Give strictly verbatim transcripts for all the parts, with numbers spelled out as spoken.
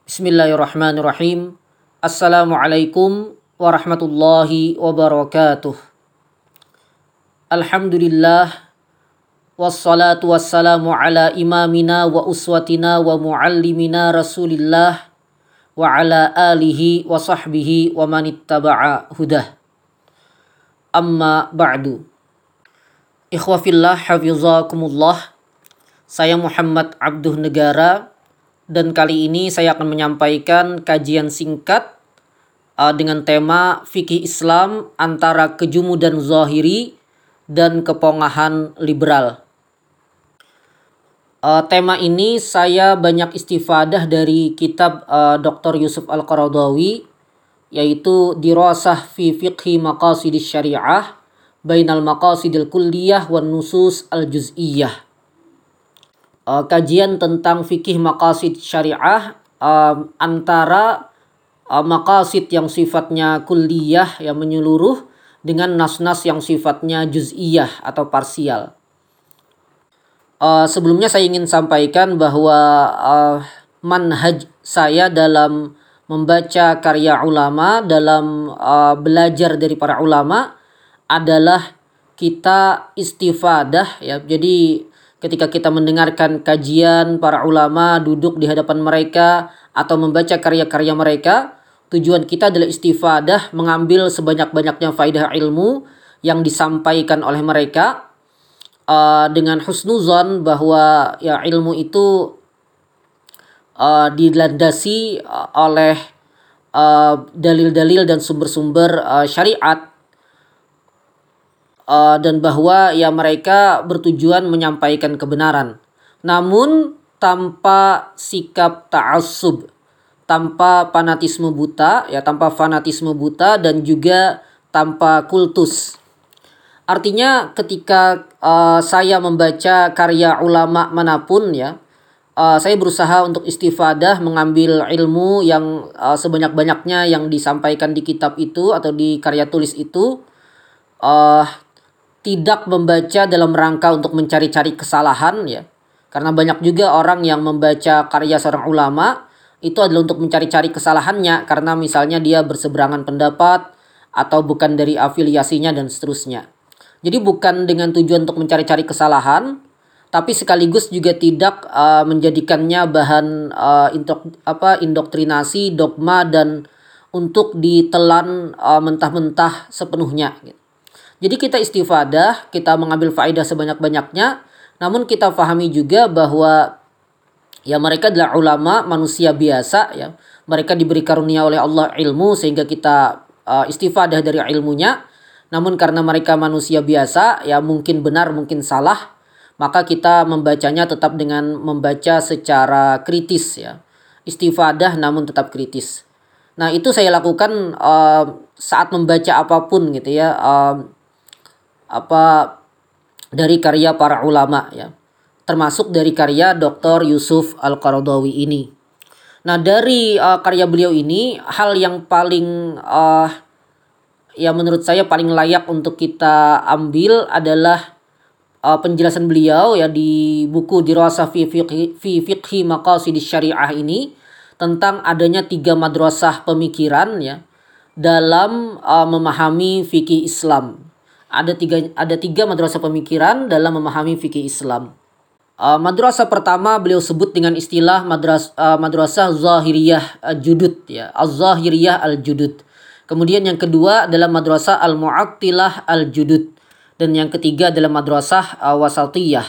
Bismillahirrahmanirrahim. Assalamualaikum warahmatullahi wabarakatuh. Alhamdulillah. Wassalatu wassalamu ala imamina wa uswatina wa muallimina rasulillah wa ala alihi wa sahbihi wa manittaba'a hudah. Amma ba'du. Ikhwafillah hafizakumullah. Saya Muhammad Abduh Negara. Dan kali ini saya akan menyampaikan kajian singkat uh, dengan tema fikih Islam antara kejumudan zahiri dan kepongahan liberal. Uh, tema ini saya banyak istifadah dari kitab uh, doktor Yusuf Al-Qaradawi, yaitu Dirasah fi Fiqhi Maqasidis Syariah Bainal Maqasidil Kulliyah wan Nusus Al-Juz'iyah. Uh, kajian tentang fikih maqasid syariah uh, antara uh, maqasid yang sifatnya kulliyah yang menyeluruh dengan nas-nas yang sifatnya juz'iyah atau parsial. Uh, sebelumnya saya ingin sampaikan bahwa uh, manhaj saya dalam membaca karya ulama, dalam uh, belajar dari para ulama adalah kita istifadah ya. Jadi ketika kita mendengarkan kajian para ulama, duduk di hadapan mereka atau membaca karya-karya mereka, tujuan kita adalah istifadah, mengambil sebanyak-banyaknya faidah ilmu yang disampaikan oleh mereka uh, dengan husnuzon bahwa ya ilmu itu uh, dilandasi oleh uh, dalil-dalil dan sumber-sumber uh, syariat. Uh, dan bahwa ya mereka bertujuan menyampaikan kebenaran, namun tanpa sikap ta'assub, tanpa fanatisme buta ya, tanpa fanatisme buta dan juga tanpa kultus. Artinya ketika uh, saya membaca karya ulama manapun ya, uh, saya berusaha untuk istifadah, mengambil ilmu yang uh, sebanyak-banyaknya yang disampaikan di kitab itu atau di karya tulis itu. Uh, Tidak membaca dalam rangka untuk mencari-cari kesalahan ya. Karena banyak juga orang yang membaca karya seorang ulama itu adalah untuk mencari-cari kesalahannya, karena misalnya dia berseberangan pendapat atau bukan dari afiliasinya dan seterusnya. Jadi bukan dengan tujuan untuk mencari-cari kesalahan, tapi sekaligus juga tidak uh, menjadikannya bahan uh, indok, apa, indoktrinasi, dogma dan untuk ditelan uh, mentah-mentah sepenuhnya gitu. Jadi kita istifadah, kita mengambil faedah sebanyak-banyaknya, namun kita pahami juga bahwa ya mereka adalah ulama, manusia biasa ya. Mereka diberi karunia oleh Allah ilmu sehingga kita uh, istifadah dari ilmunya. Namun karena mereka manusia biasa ya, mungkin benar mungkin salah, maka kita membacanya tetap dengan membaca secara kritis ya. Istifadah namun tetap kritis. Nah, itu saya lakukan uh, saat membaca apapun gitu ya. Uh, apa dari karya para ulama ya, termasuk dari karya doktor Yusuf Al-Qaradawi ini. Nah, dari uh, karya beliau ini, hal yang paling uh, ya menurut saya paling layak untuk kita ambil adalah uh, penjelasan beliau ya di buku Dirasah fi Fiqhi, fi Fiqhi Maqasidis Syariah ini tentang adanya tiga madrasah pemikiran ya dalam uh, memahami fikih Islam. Ada tiga ada tiga madrasah pemikiran dalam memahami fikih Islam. Uh, madrasah pertama beliau sebut dengan istilah madras uh, madrasah Zahiriyah Al-Judud ya, Az-Zahiriyah Al-Judud. Kemudian yang kedua adalah madrasah Al-Mu'attilah Al-Judud, dan yang ketiga adalah madrasah uh, Wasatiyah.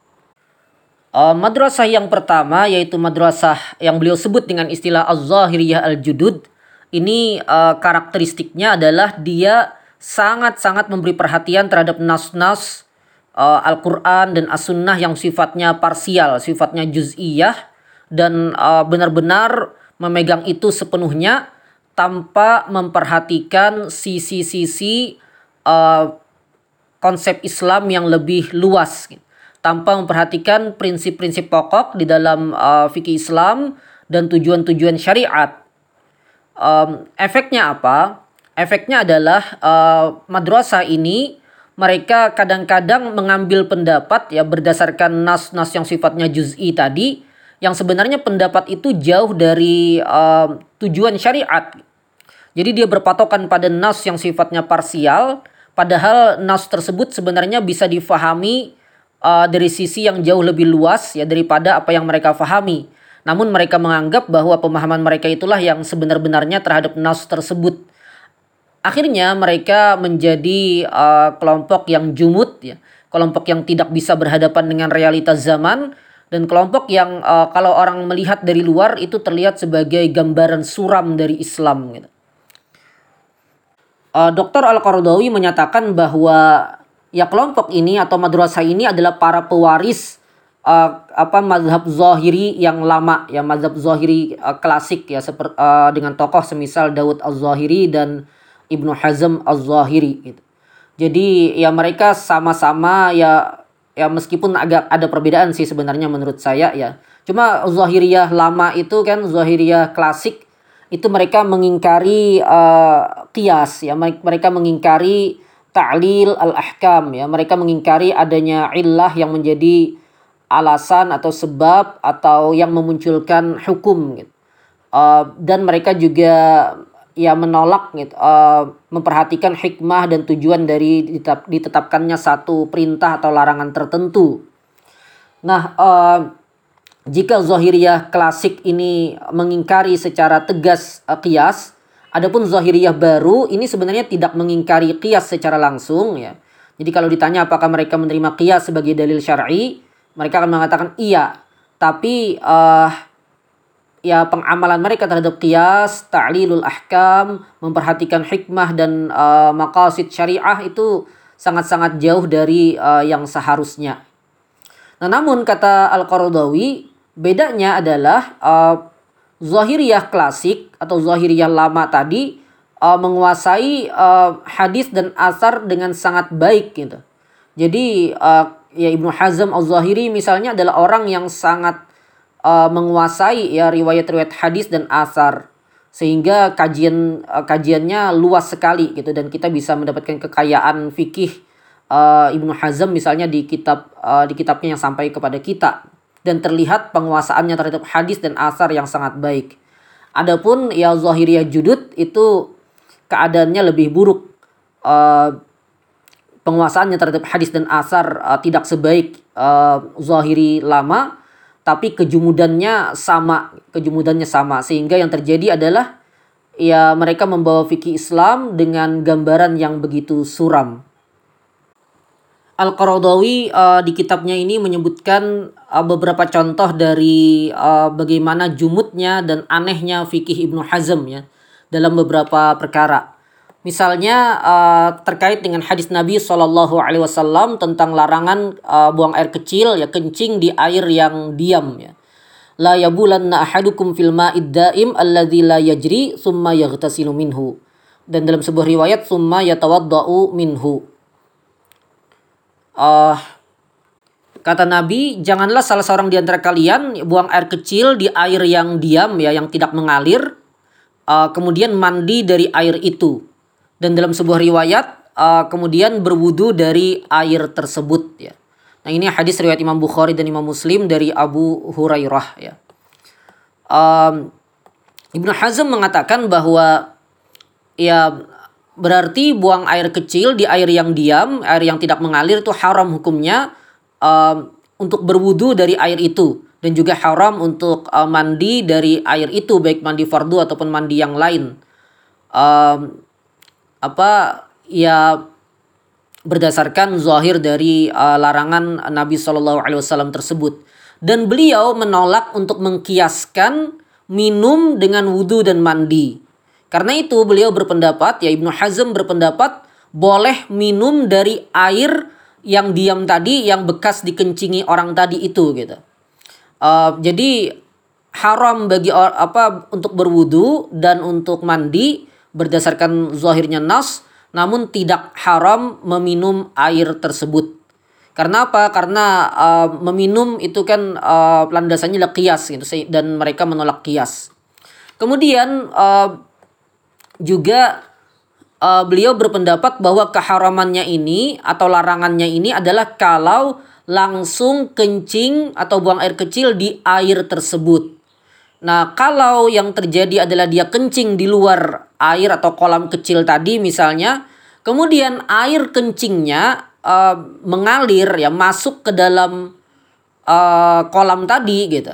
Uh, madrasah yang pertama yaitu madrasah yang beliau sebut dengan istilah Az-Zahiriyah Al-Judud. Ini uh, karakteristiknya adalah dia sangat-sangat memberi perhatian terhadap nas-nas uh, Al-Quran dan As-Sunnah yang sifatnya parsial, sifatnya juz'iyah, dan uh, benar-benar memegang itu sepenuhnya tanpa memperhatikan sisi-sisi uh, konsep Islam yang lebih luas, tanpa memperhatikan prinsip-prinsip pokok di dalam uh, fikih Islam dan tujuan-tujuan syariat. Um, efeknya apa? Efeknya adalah uh, madrasah ini mereka kadang-kadang mengambil pendapat ya berdasarkan nas-nas yang sifatnya juz'i tadi yang sebenarnya pendapat itu jauh dari uh, tujuan syariat. Jadi dia berpatokan pada nas yang sifatnya parsial, padahal nas tersebut sebenarnya bisa difahami uh, dari sisi yang jauh lebih luas ya daripada apa yang mereka fahami. Namun mereka menganggap bahwa pemahaman mereka itulah yang sebenar-benarnya terhadap nas tersebut. Akhirnya mereka menjadi uh, kelompok yang jumud ya, kelompok yang tidak bisa berhadapan dengan realitas zaman, dan kelompok yang uh, kalau orang melihat dari luar itu terlihat sebagai gambaran suram dari Islam gitu. Uh, doktor Al-Qaradawi menyatakan bahwa ya kelompok ini atau madrasah ini adalah para pewaris uh, apa mazhab Zahiri yang lama ya, mazhab Zahiri uh, klasik ya, seperti uh, dengan tokoh semisal Daud Az-Zahiri dan Ibnu Hazm Az-Zahiri gitu. Jadi ya mereka sama-sama ya ya meskipun agak ada perbedaan sih sebenarnya menurut saya ya. Cuma Zahiriyah lama itu kan, Zahiriyah klasik itu mereka mengingkari uh, qiyas ya, mereka mengingkari ta'lil al-ahkam ya, mereka mengingkari adanya illah yang menjadi alasan atau sebab atau yang memunculkan hukum gitu. Uh, dan mereka juga ya menolak gitu, uh, memperhatikan hikmah dan tujuan dari ditetap, ditetapkannya satu perintah atau larangan tertentu. Nah, uh, jika Zahiriyah klasik ini mengingkari secara tegas uh, qiyas, adapun Zahiriyah baru ini sebenarnya tidak mengingkari qiyas secara langsung ya. Jadi kalau ditanya apakah mereka menerima qiyas sebagai dalil syar'i, mereka akan mengatakan iya. Tapi uh, ya pengamalan mereka terhadap qiyas, ta'lilul ahkam, memperhatikan hikmah dan uh, maqasid syariah itu sangat-sangat jauh dari uh, yang seharusnya. Nah, namun kata Al-Qaradawi, bedanya adalah uh, Zahiriyah klasik atau Zahiriyah lama tadi uh, menguasai uh, hadis dan asar dengan sangat baik gitu. Jadi uh, ya Ibnu Hazm Az-Zahiri misalnya adalah orang yang sangat uh, menguasai ya riwayat-riwayat hadis dan asar, sehingga kajian uh, kajiannya luas sekali gitu, dan kita bisa mendapatkan kekayaan fikih uh, Ibnu Hazm misalnya di kitab uh, di kitabnya yang sampai kepada kita, dan terlihat penguasaannya terhadap hadis dan asar yang sangat baik. Adapun ya Zahiriyah judud itu keadaannya lebih buruk. Uh, penguasaannya terhadap hadis dan asar uh, tidak sebaik uh, Zahiri lama, tapi kejumudannya sama, kejumudannya sama sehingga yang terjadi adalah ya mereka membawa fikih Islam dengan gambaran yang begitu suram. Al-Qaradawi uh, di kitabnya ini menyebutkan uh, beberapa contoh dari uh, bagaimana jumudnya dan anehnya fikih Ibnu Hazm ya dalam beberapa perkara. Misalnya uh, terkait dengan hadis Nabi shallallahu alaihi wasallam tentang larangan uh, buang air kecil ya, kencing di air yang diam ya. La yabulanna ahadukum fil ma'id daim alladzi la yajri summa yaghtasilu minhu. Dan dalam sebuah riwayat summa yatawaddau minhu. Uh, kata Nabi, janganlah salah seorang di antara kalian buang air kecil di air yang diam ya, yang tidak mengalir, uh, kemudian mandi dari air itu. Dan dalam sebuah riwayat uh, kemudian berwudu dari air tersebut ya. Nah, ini hadis riwayat Imam Bukhari dan Imam Muslim dari Abu Hurairah ya. Um, Ibnu Hazm mengatakan bahwa ya berarti buang air kecil di air yang diam, air yang tidak mengalir itu haram hukumnya um, untuk berwudu dari air itu, dan juga haram untuk uh, mandi dari air itu, baik mandi fardu ataupun mandi yang lain. Um, apa ya berdasarkan zahir dari uh, larangan Nabi shallallahu alaihi wasallam tersebut, dan beliau menolak untuk mengkiaskan minum dengan wudu dan mandi. Karena itu beliau berpendapat ya, Ibnu Hazm berpendapat boleh minum dari air yang diam tadi, yang bekas dikencingi orang tadi itu gitu. Uh, jadi haram bagi or, apa untuk berwudu dan untuk mandi berdasarkan zahirnya nas, namun tidak haram meminum air tersebut. Karena apa? Karena uh, meminum itu kan uh, landasannya adalah qiyas gitu, dan mereka menolak qiyas. Kemudian uh, juga uh, beliau berpendapat bahwa keharamannya ini atau larangannya ini adalah kalau langsung kencing atau buang air kecil di air tersebut. Nah, kalau yang terjadi adalah dia kencing di luar air atau kolam kecil tadi misalnya, kemudian air kencingnya uh, mengalir ya masuk ke dalam uh, kolam tadi gitu.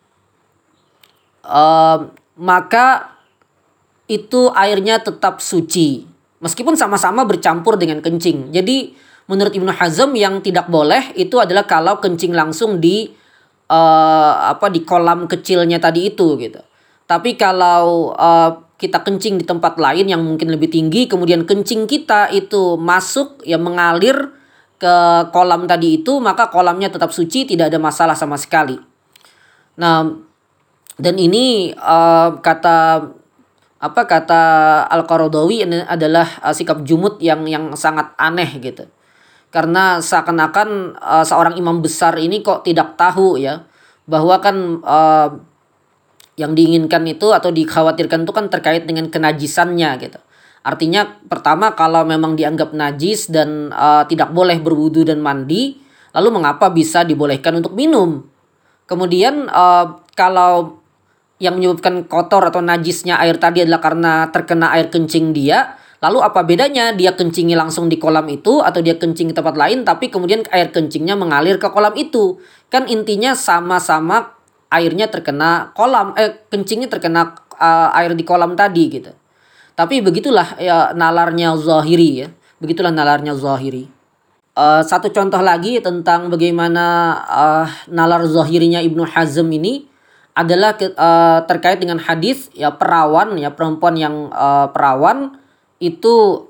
Uh, maka itu airnya tetap suci meskipun sama-sama bercampur dengan kencing. Jadi menurut Ibnu Hazm yang tidak boleh itu adalah kalau kencing langsung di uh, apa di kolam kecilnya tadi itu gitu. Tapi kalau uh, kita kencing di tempat lain yang mungkin lebih tinggi, kemudian kencing kita itu masuk ya mengalir ke kolam tadi itu, maka kolamnya tetap suci, tidak ada masalah sama sekali. Nah, dan ini uh, kata apa kata Al-Qaradawi ini adalah uh, sikap jumud yang yang sangat aneh gitu. Karena seakan-akan uh, seorang imam besar ini kok tidak tahu ya bahwa kan uh, yang diinginkan itu atau dikhawatirkan itu kan terkait dengan kenajisannya gitu. Artinya pertama kalau memang dianggap najis dan uh, tidak boleh berwudu dan mandi, lalu mengapa bisa dibolehkan untuk minum? Kemudian uh, kalau yang menyebabkan kotor atau najisnya air tadi adalah karena terkena air kencing dia, lalu apa bedanya dia kencingi langsung di kolam itu atau dia kencing di tempat lain tapi kemudian air kencingnya mengalir ke kolam itu? Kan intinya sama-sama airnya terkena kolam, eh kencingnya terkena uh, air di kolam tadi gitu. Tapi begitulah ya nalarnya Zahiri ya. Begitulah nalarnya Zahiri. Uh, satu contoh lagi tentang bagaimana uh, nalar Zahirinya Ibnu Hazm ini adalah uh, terkait dengan hadis ya perawan ya perempuan yang uh, perawan itu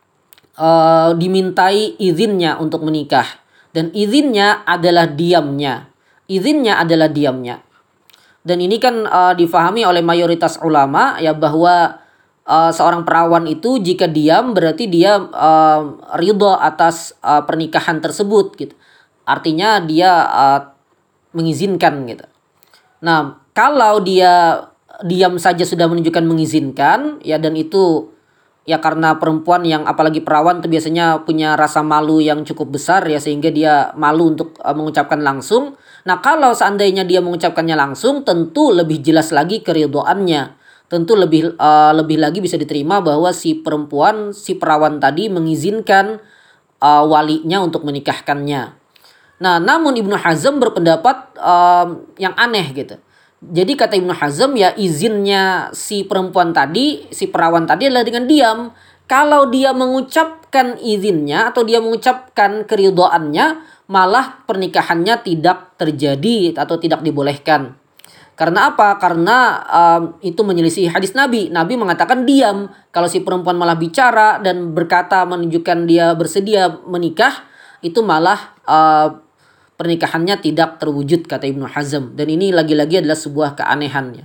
uh, dimintai izinnya untuk menikah dan izinnya adalah diamnya. Izinnya adalah diamnya. Dan ini kan uh, difahami oleh mayoritas ulama ya bahwa uh, seorang perawan itu jika diam berarti dia uh, ridho atas uh, pernikahan tersebut gitu. Artinya dia uh, mengizinkan gitu. Nah, kalau dia diam saja sudah menunjukkan mengizinkan ya dan itu ya karena perempuan yang apalagi perawan itu biasanya punya rasa malu yang cukup besar ya sehingga dia malu untuk uh, mengucapkan langsung. Nah, kalau seandainya dia mengucapkannya langsung tentu lebih jelas lagi keridhoannya. Tentu lebih uh, lebih lagi bisa diterima bahwa si perempuan, si perawan tadi mengizinkan uh, walinya untuk menikahkannya. Nah, namun Ibnu Hazm berpendapat um, yang aneh gitu. Jadi kata Ibnu Hazm ya izinnya si perempuan tadi, si perawan tadi adalah dengan diam. Kalau dia mengucapkan izinnya atau dia mengucapkan keridhoannya, malah pernikahannya tidak terjadi atau tidak dibolehkan. Karena apa? Karena um, itu menyelisih hadis Nabi. Nabi mengatakan diam. Kalau si perempuan malah bicara dan berkata menunjukkan dia bersedia menikah, itu malah uh, pernikahannya tidak terwujud kata Ibnu Hazm. Dan ini lagi-lagi adalah sebuah keanehannya.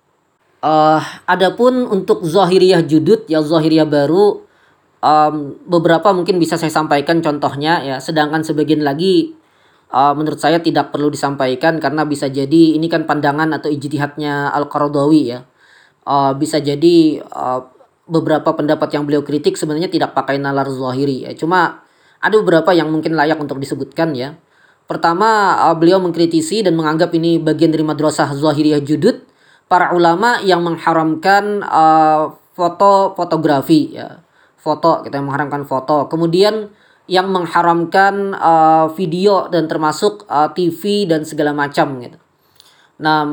Uh, adapun untuk Zahiriyah judud ya Zahiriyah baru um, beberapa mungkin bisa saya sampaikan contohnya ya. Sedangkan sebagian lagi uh, menurut saya tidak perlu disampaikan karena bisa jadi ini kan pandangan atau ijtihadnya Al-Qaradawi ya. Uh, bisa jadi uh, beberapa pendapat yang beliau kritik sebenarnya tidak pakai nalar Zahiri ya. Cuma ada beberapa yang mungkin layak untuk disebutkan ya. Pertama, uh, beliau mengkritisi dan menganggap ini bagian dari madrasah Zahiriyah judud para ulama yang mengharamkan uh, foto fotografi ya. Foto kita mengharamkan foto. Kemudian yang mengharamkan uh, video dan termasuk uh, T V dan segala macam gitu. Nah,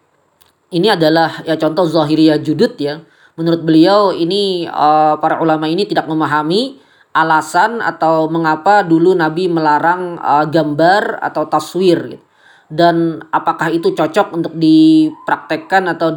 ini adalah ya contoh Zahiriyah judud ya. Menurut beliau ini uh, para ulama ini tidak memahami alasan atau mengapa dulu Nabi melarang uh, gambar atau taswir gitu. Dan apakah itu cocok untuk dipraktekkan atau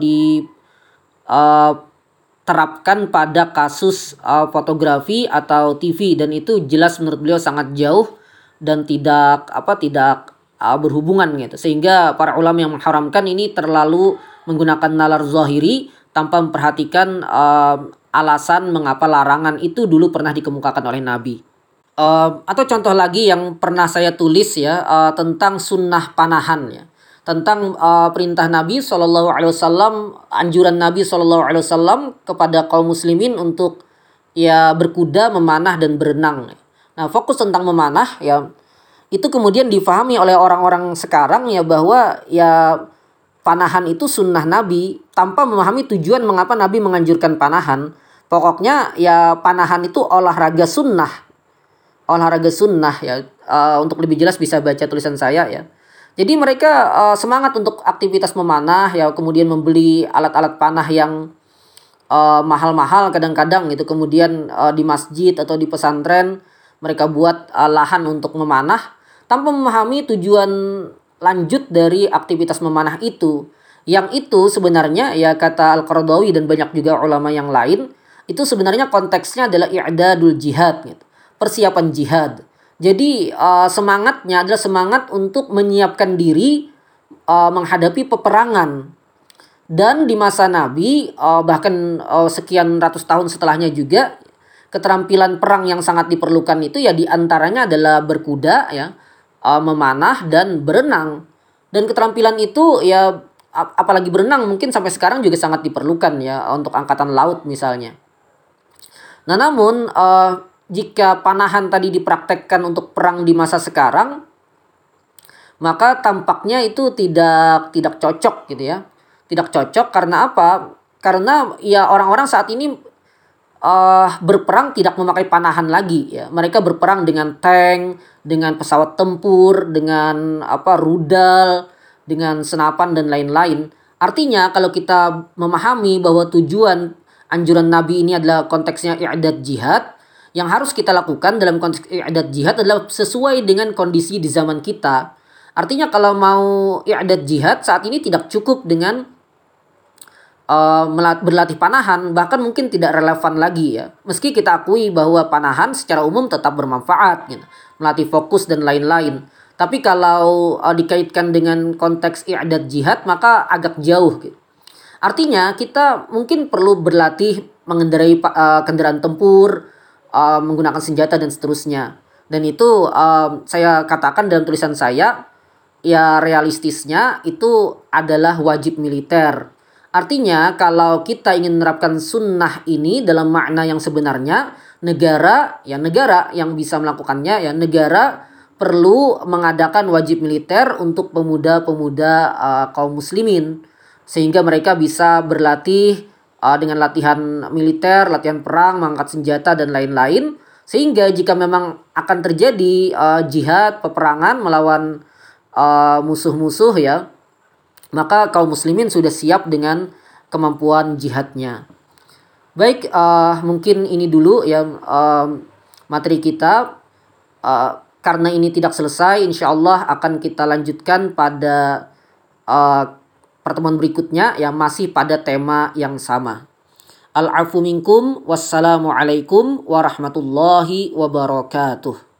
diterapkan uh, pada kasus uh, fotografi atau T V dan itu jelas menurut beliau sangat jauh dan tidak apa tidak uh, berhubungan gitu. Sehingga para ulama yang mengharamkan ini terlalu menggunakan nalar zahiri tanpa memperhatikan uh, alasan mengapa larangan itu dulu pernah dikemukakan oleh Nabi. Uh, atau contoh lagi yang pernah saya tulis ya uh, tentang sunnah panahan ya. Tentang uh, perintah Nabi shallallahu alaihi wasallam, anjuran Nabi shallallahu alaihi wasallam kepada kaum muslimin untuk ya berkuda, memanah dan berenang. Nah, fokus tentang memanah ya itu kemudian difahami oleh orang-orang sekarang ya bahwa ya panahan itu sunnah Nabi tanpa memahami tujuan mengapa Nabi menganjurkan panahan. Pokoknya ya panahan itu olahraga sunnah, olahraga sunnah ya. Uh, untuk lebih jelas bisa baca tulisan saya ya. Jadi mereka uh, semangat untuk aktivitas memanah ya, kemudian membeli alat-alat panah yang uh, mahal-mahal kadang-kadang gitu. Kemudian uh, di masjid atau di pesantren mereka buat uh, lahan untuk memanah tanpa memahami tujuan lanjut dari aktivitas memanah itu. Yang itu sebenarnya ya kata Al-Qaradawi dan banyak juga ulama yang lain, itu sebenarnya konteksnya adalah i'dadul jihad gitu. Persiapan jihad. Jadi uh, semangatnya adalah semangat untuk menyiapkan diri uh, menghadapi peperangan. Dan di masa Nabi uh, bahkan uh, sekian ratus tahun setelahnya juga keterampilan perang yang sangat diperlukan itu ya diantaranya adalah berkuda ya, uh, memanah dan berenang. Dan keterampilan itu ya ap- apalagi berenang mungkin sampai sekarang juga sangat diperlukan ya untuk angkatan laut misalnya. Nah namun uh, jika panahan tadi dipraktekkan untuk perang di masa sekarang, maka tampaknya itu tidak tidak cocok gitu ya. Tidak cocok karena apa? Karena ya orang-orang saat ini uh, berperang tidak memakai panahan lagi ya. Mereka berperang dengan tank, dengan pesawat tempur, dengan apa rudal, dengan senapan dan lain-lain. Artinya kalau kita memahami bahwa tujuan anjuran Nabi ini adalah konteksnya i'dad jihad, yang harus kita lakukan dalam konteks i'dad jihad adalah sesuai dengan kondisi di zaman kita. Artinya kalau mau i'dad jihad saat ini tidak cukup dengan uh, berlatih panahan, bahkan mungkin tidak relevan lagi ya. Meski kita akui bahwa panahan secara umum tetap bermanfaat gitu, melatih fokus dan lain-lain. Tapi kalau uh, dikaitkan dengan konteks i'dad jihad maka agak jauh gitu. Artinya kita mungkin perlu berlatih mengendarai uh, kendaraan tempur, uh, menggunakan senjata dan seterusnya. Dan itu uh, saya katakan dalam tulisan saya, ya realistisnya itu adalah wajib militer. Artinya kalau kita ingin menerapkan sunnah ini dalam makna yang sebenarnya, negara ya negara yang bisa melakukannya ya negara perlu mengadakan wajib militer untuk pemuda-pemuda uh, kaum muslimin sehingga mereka bisa berlatih uh, dengan latihan militer, latihan perang, mengangkat senjata dan lain-lain, sehingga jika memang akan terjadi uh, jihad, peperangan melawan uh, musuh-musuh ya, maka kaum muslimin sudah siap dengan kemampuan jihadnya. Baik, uh, mungkin ini dulu ya uh, materi kita. Uh, karena ini tidak selesai, insya Allah akan kita lanjutkan pada uh, pertemuan berikutnya yang masih pada tema yang sama. Al-afu minkum, wassalamualaikum warahmatullahi wabarakatuh.